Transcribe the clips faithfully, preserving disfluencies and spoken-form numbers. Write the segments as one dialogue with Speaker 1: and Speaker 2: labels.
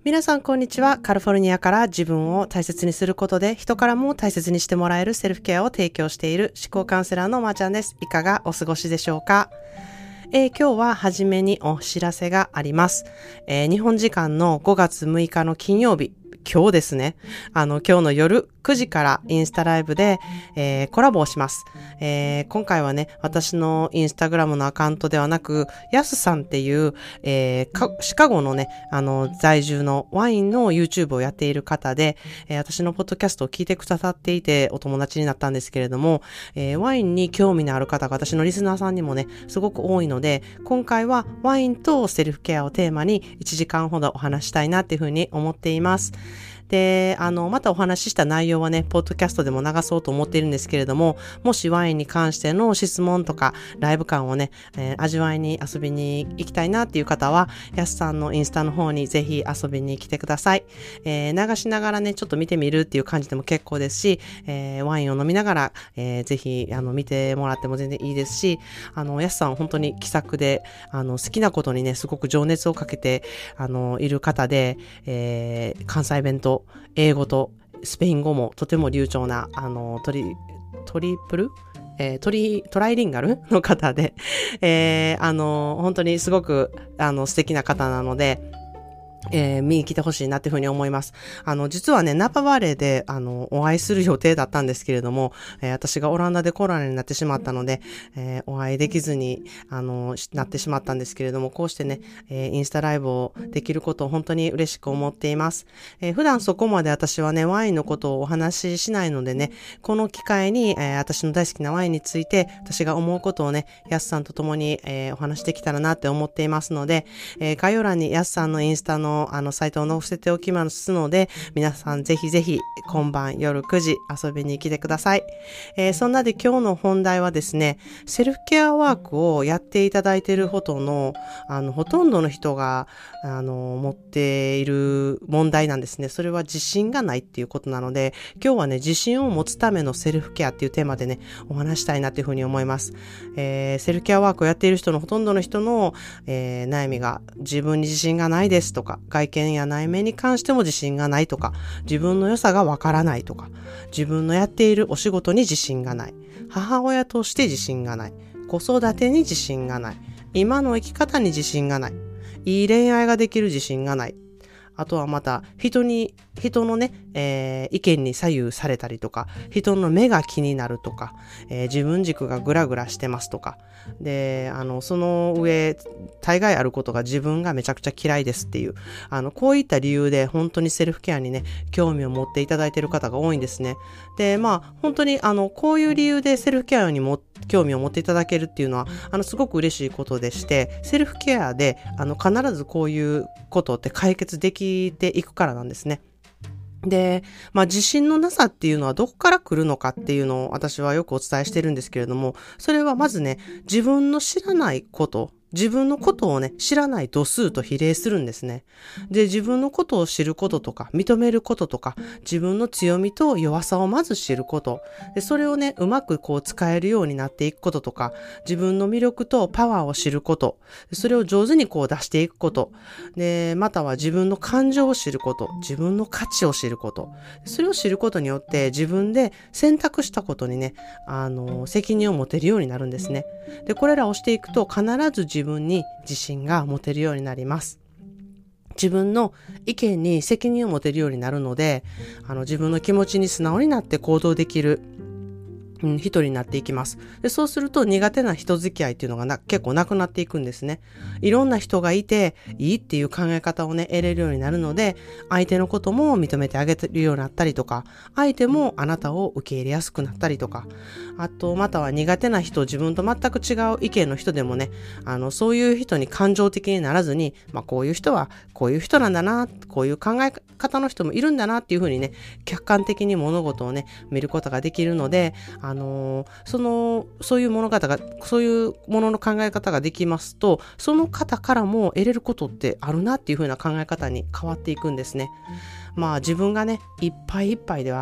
Speaker 1: 皆さんこんにちは。カリフォルニアから自分を大切にすることで人からも大切にしてもらえるセルフケアを提供している思考カウンセラーのまーちゃんです。いかがお過ごしでしょうか？えー、今日は初めにお知らせがあります。えー、日本時間のごがつむいかの金曜日、今日ですね。あの、今日の夜くじからインスタライブで、えー、コラボをします。えー、今回はね、私のインスタグラムのアカウントではなく、ヤスさんっていう、えー、シカゴのね、あの、在住のワインの YouTube をやっている方で、えー、私のポッドキャストを聞いてくださっていて、お友達になったんですけれども、えー、ワインに興味のある方が私のリスナーさんにもね、すごく多いので、今回はワインとセルフケアをテーマにいちじかんほどお話したいなっていうふうに思っています。で、あの、またお話しした内容はね、ポッドキャストでも流そうと思っているんですけれども、もしワインに関しての質問とか、ライブ感をね、えー、味わいに遊びに行きたいなっていう方は、やすさんのインスタの方にぜひ遊びに来てください。えー、流しながらね、ちょっと見てみるっていう感じでも結構ですし、えー、ワインを飲みながら、えー、ぜひ、あの、見てもらっても全然いいですし、あの、やすさん本当に気さくで、あの、好きなことにね、すごく情熱をかけて、あの、いる方で、えー、関西弁と、英語とスペイン語もとても流暢な、あの、トリ、トリプルえー、トリ、トライリンガルの方で、えー、あの、本当にすごく、あの、素敵な方なので、えー、見に来てほしいなっていうふうに思います。あの、実はね、ナパバレーで、あの、お会いする予定だったんですけれども、えー、私がオランダでコロナになってしまったので、えー、お会いできずに、あの、なってしまったんですけれども、こうしてね、えー、インスタライブをできることを本当に嬉しく思っています。えー、普段そこまで私はね、ワインのことをお話ししないのでね、この機会に、えー、私の大好きなワインについて、私が思うことをね、ヤスさんと共に、えー、お話しできたらなって思っていますので、えー、概要欄にヤスさんのインスタのあのサイトを載せておきますので、皆さんぜひぜひ今晩夜くじ遊びに来てください。えー、そんなで今日の本題はですね、セルフケアワークをやっていただいているほとの、あの、ほとんどの人が、あの、持っている問題なんですね。それは自信がないっていうことなので、今日はね、自信を持つためのセルフケアっていうテーマでね、お話したいなっていうふうに思います。えー、セルフケアワークをやっている人のほとんどの人の、えー、悩みが、自分に自信がないですとか、外見や内面に関しても自信がないとか、自分の良さがわからないとか、自分のやっているお仕事に自信がない、母親として自信がない、子育てに自信がない、今の生き方に自信がない、いい恋愛ができる自信がない、あとはまた人に、人のね、えー、意見に左右されたりとか、人の目が気になるとか、えー、自分軸がグラグラしてますとか、で、あの、その上、大概あることが自分がめちゃくちゃ嫌いですっていう、あの、こういった理由で本当にセルフケアにね、興味を持っていただいている方が多いんですね。で、まあ、本当にあの、こういう理由でセルフケアにも興味を持っていただけるっていうのは、あの、すごく嬉しいことでして、セルフケアで、あの、必ずこういうことって解決できていくからなんですね。で、まあ自信のなさっていうのはどこから来るのかっていうのを私はよくお伝えしてるんですけれども、それはまずね、自分の知らないこと、自分のことをね、知らない度数と比例するんですね。で、自分のことを知ることとか、認めることとか、自分の強みと弱さをまず知ること。で、それをね、うまくこう使えるようになっていくこととか、自分の魅力とパワーを知ること。それを上手にこう出していくこと。で、または自分の感情を知ること。自分の価値を知ること。それを知ることによって自分で選択したことにね、あの、責任を持てるようになるんですね。で、これらをしていくと必ず自分に自信が持てるようになります。自分の意見に責任を持てるようになるので、あの自分の気持ちに素直になって行動できる、うん、人になっていきます。で、そうすると苦手な人付き合いっていうのがな結構なくなっていくんですね。いろんな人がいていいっていう考え方をね、得れるようになるので、相手のことも認めてあげるようになったりとか、相手もあなたを受け入れやすくなったりとか、あとまたは苦手な人、自分と全く違う意見の人でもね、あの、そういう人に感情的にならずに、まあこういう人はこういう人なんだな、こういう考え方の人もいるんだなっていうふうにね、客観的に物事をね、見ることができるので、あのー、その、そういう物方が、そういうものの考え方ができますと、その方からも得れることってあるなっていう風な考え方に変わっていくんですね。まあ自分がね、いっぱいいっぱいでは、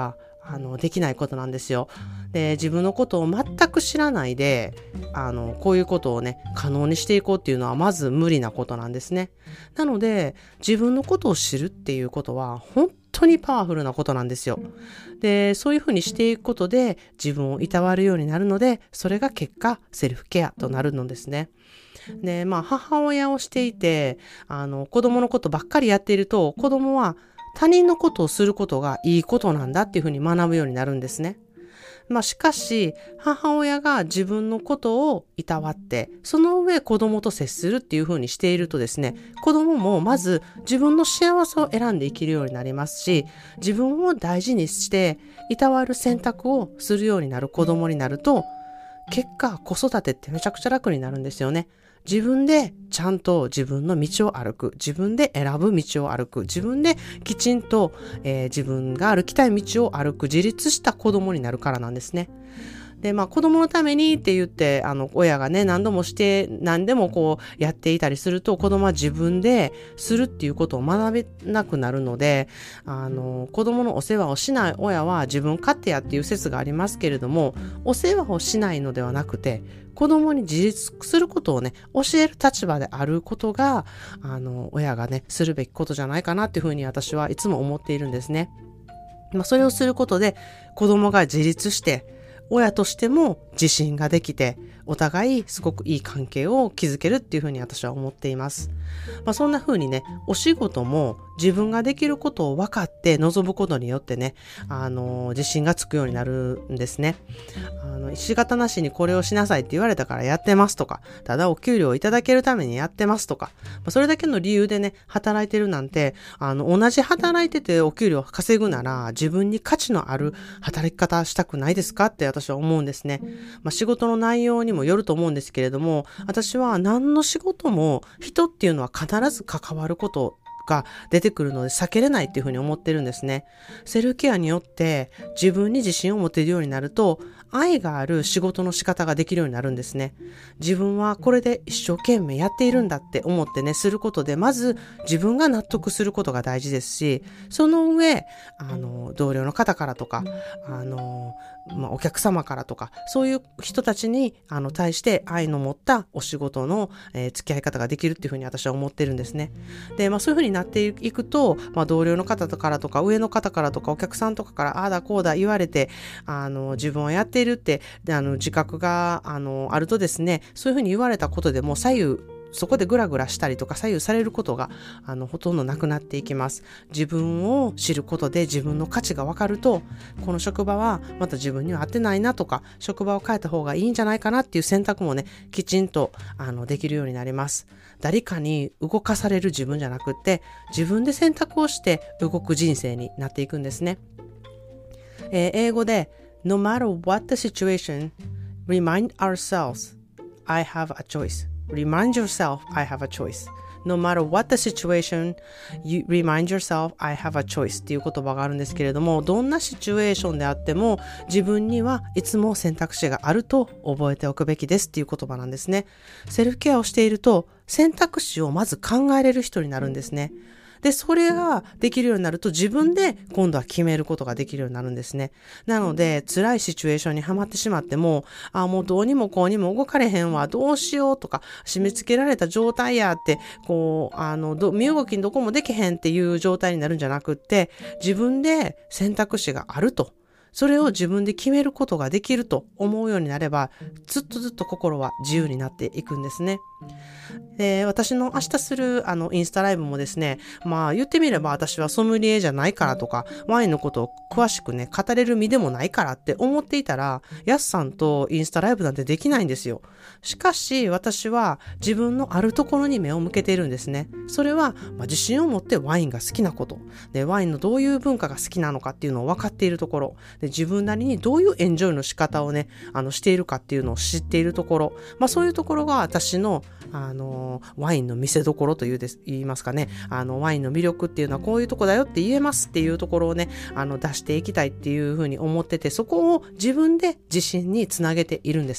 Speaker 1: あの、できないことなんですよ。で、自分のことを全く知らないで、あの、こういうことをね、可能にしていこうっていうのはまず無理なことなんですね。なので、自分のことを知るっていうことは、本当にパワフルなことなんですよ。で、そういうふうにしていくことで、自分をいたわるようになるので、それが結果、セルフケアとなるのですね。で、まあ、母親をしていて、あの、子供のことばっかりやっていると、子供は他人のことをすることがいいことなんだっていうふうに学ぶようになるんですね。まあ、しかし、母親が自分のことをいたわって、その上子供と接するっていうふうにしているとですね、子供もまず自分の幸せを選んで生きるようになりますし、自分を大事にしていたわる選択をするようになる子供になると、結果子育てってめちゃくちゃ楽になるんですよね。自分でちゃんと自分の道を歩く、自分で選ぶ道を歩く、自分できちんと、えー、自分が歩きたい道を歩く、自立した子供になるからなんですね。で、まあ子供のためにって言って、あの、親がね、何度もして、何でもこうやっていたりすると、子供は自分でするっていうことを学べなくなるので、あの、子供のお世話をしない親は自分勝手やっていう説がありますけれども、お世話をしないのではなくて、子供に自立することをね、教える立場であることが、あの、親がね、するべきことじゃないかなっていうふうに私はいつも思っているんですね。まあ、それをすることで、子供が自立して、親としても自信ができて、お互いすごくいい関係を築けるっていうふうに私は思っています。まあ、そんなふうにね、お仕事も自分ができることを分かって臨むことによってね、あの、自信がつくようになるんですね。あの、仕方なしにこれをしなさいって言われたからやってますとか、ただお給料をいただけるためにやってますとか、まあ、それだけの理由でね、働いてるなんて、あの、同じ働いててお給料稼ぐなら、自分に価値のある働き方したくないですかって私は思うんですね。まあ、仕事の内容にもよると思うんですけれども、私は何の仕事も人っていうのは必ず関わることが出てくるので避けれないっていうふうに思ってるんですね。セルフケアによって自分に自信を持てるようになると、愛がある仕事の仕方ができるようになるんですね。自分はこれで一生懸命やっているんだって思ってね、することで、まず自分が納得することが大事ですし、その上、あの、同僚の方からとか、あの、まあ、お客様からとか、そういう人たちに、あの、対して愛の持ったお仕事の、えー、付き合い方ができるっていうふうに私は思ってるんですね。で、まあ、そういうふうになっていくと、まあ、同僚の方からとか、上の方からとか、お客さんとかから、ああだこうだ言われて、あの、自分はやっているって、であの、自覚が、あの、あるとですね、そういうふうに言われたことでも左右、そこでグラグラしたりとか左右されることがあのほとんどなくなっていきます。自分を知ることで自分の価値が分かると、この職場はまた自分には合ってないなとか、職場を変えた方がいいんじゃないかなっていう選択もね、きちんとあのできるようになります。誰かに動かされる自分じゃなくって、自分で選択をして動く人生になっていくんですね。えー、英語で No matter what the situation, remind ourselves, I have a choice.Remind yourself, I have a choice. No matter what the situation, you remind yourself, I have a choice っていう言葉があるんですけれども、どんなシチュエーションであっても自分にはいつも選択肢があると覚えておくべきですっていう言葉なんですね。セルフケアをしていると選択肢をまず考えれる人になるんですね。で、それができるようになると自分で今度は決めることができるようになるんですね。なので、辛いシチュエーションにはまってしまっても、あ、もうどうにもこうにも動かれへんわ、どうしようとか、締め付けられた状態やって、こう、あの、ど身動きにどこもできへんっていう状態になるんじゃなくって、自分で選択肢があると。それを自分で決めることができると思うようになれば、ずっとずっと心は自由になっていくんですね。で、私の明日するあのインスタライブもですね、まあ言ってみれば私はソムリエじゃないからとか、ワインのことを詳しくね、語れる身でもないからって思っていたら、ヤスさんとインスタライブなんてできないんですよ。しかし私は自分のあるところに目を向けているんですね。それは、まあ、自信を持ってワインが好きなこと。で、ワインのどういう文化が好きなのかっていうのを分かっているところ。で、自分なりにどういうエンジョイの仕方をね、あの、しているかっていうのを知っているところ。まあそういうところが私の、あの、ワインの見せ所というです、言いますかね。あの、ワインの魅力っていうのはこういうとこだよって言えますっていうところをね、あの、出していきたいっていうふうに思ってて、そこを自分で自信につなげているんですね。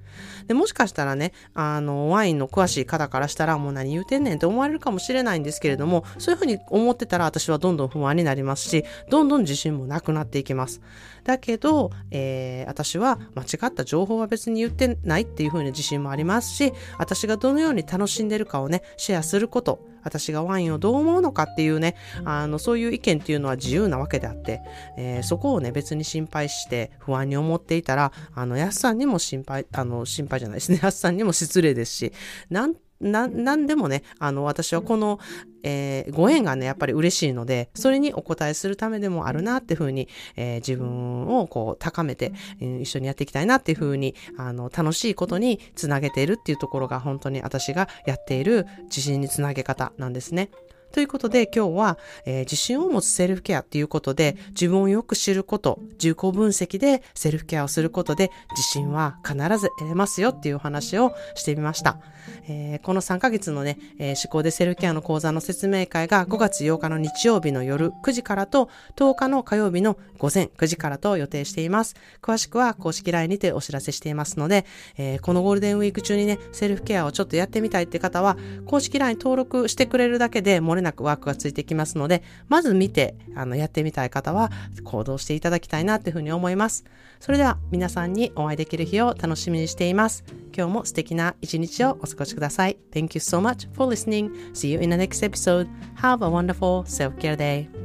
Speaker 1: で、もしかしたらね、あの、ワインの詳しい方からしたら、もう何言うてんねんって思われるかもしれないんですけれども、そういうふうに思ってたら私はどんどん不安になりますし、どんどん自信もなくなっていきます。だけど、えー、私は間違った情報は別に言ってないっていうふうに自信もありますし、私がどのように楽しんでるかをね、シェアすること、私がワインをどう思うのかっていうね、あの、そういう意見っていうのは自由なわけであって、えー、そこをね、別に心配して不安に思っていたら、あの、やすさんにも心配、あの、心配じゃないですね。やすさんにも失礼ですし、なん、な、なんでもね、あの、私はこの、えー、ご縁がね、やっぱり嬉しいので、それにお答えするためでもあるなっていうふうに、えー、自分をこう高めて、うん、一緒にやっていきたいなっていうふうに、あの、楽しいことにつなげているっていうところが本当に私がやっている自信につなげ方なんですね。ということで今日は、えー、自信を持つセルフケアっていうことで自分をよく知ること、自己分析でセルフケアをすることで自信は必ず得れますよっていうお話をしてみました。えー、このさんかげつのね、えー、思考でセルフケアの講座の説明会がごがつようかの日曜日の夜くじからととおかの火曜日の午前くじからと予定しています。詳しくは公式 ライン にてお知らせしていますので、えー、このゴールデンウィーク中にね、セルフケアをちょっとやってみたいって方は公式 ライン 登録してくれるだけで漏れなくワークがついてきますので、まず見てあのやってみたい方は行動していただきたいなというふうに思います。それでは皆さんにお会いできる日を楽しみにしています。今日も素敵な一日をお過ごしください。Thank you so much for listening. See you in the next episode. Have a wonderful self-care day.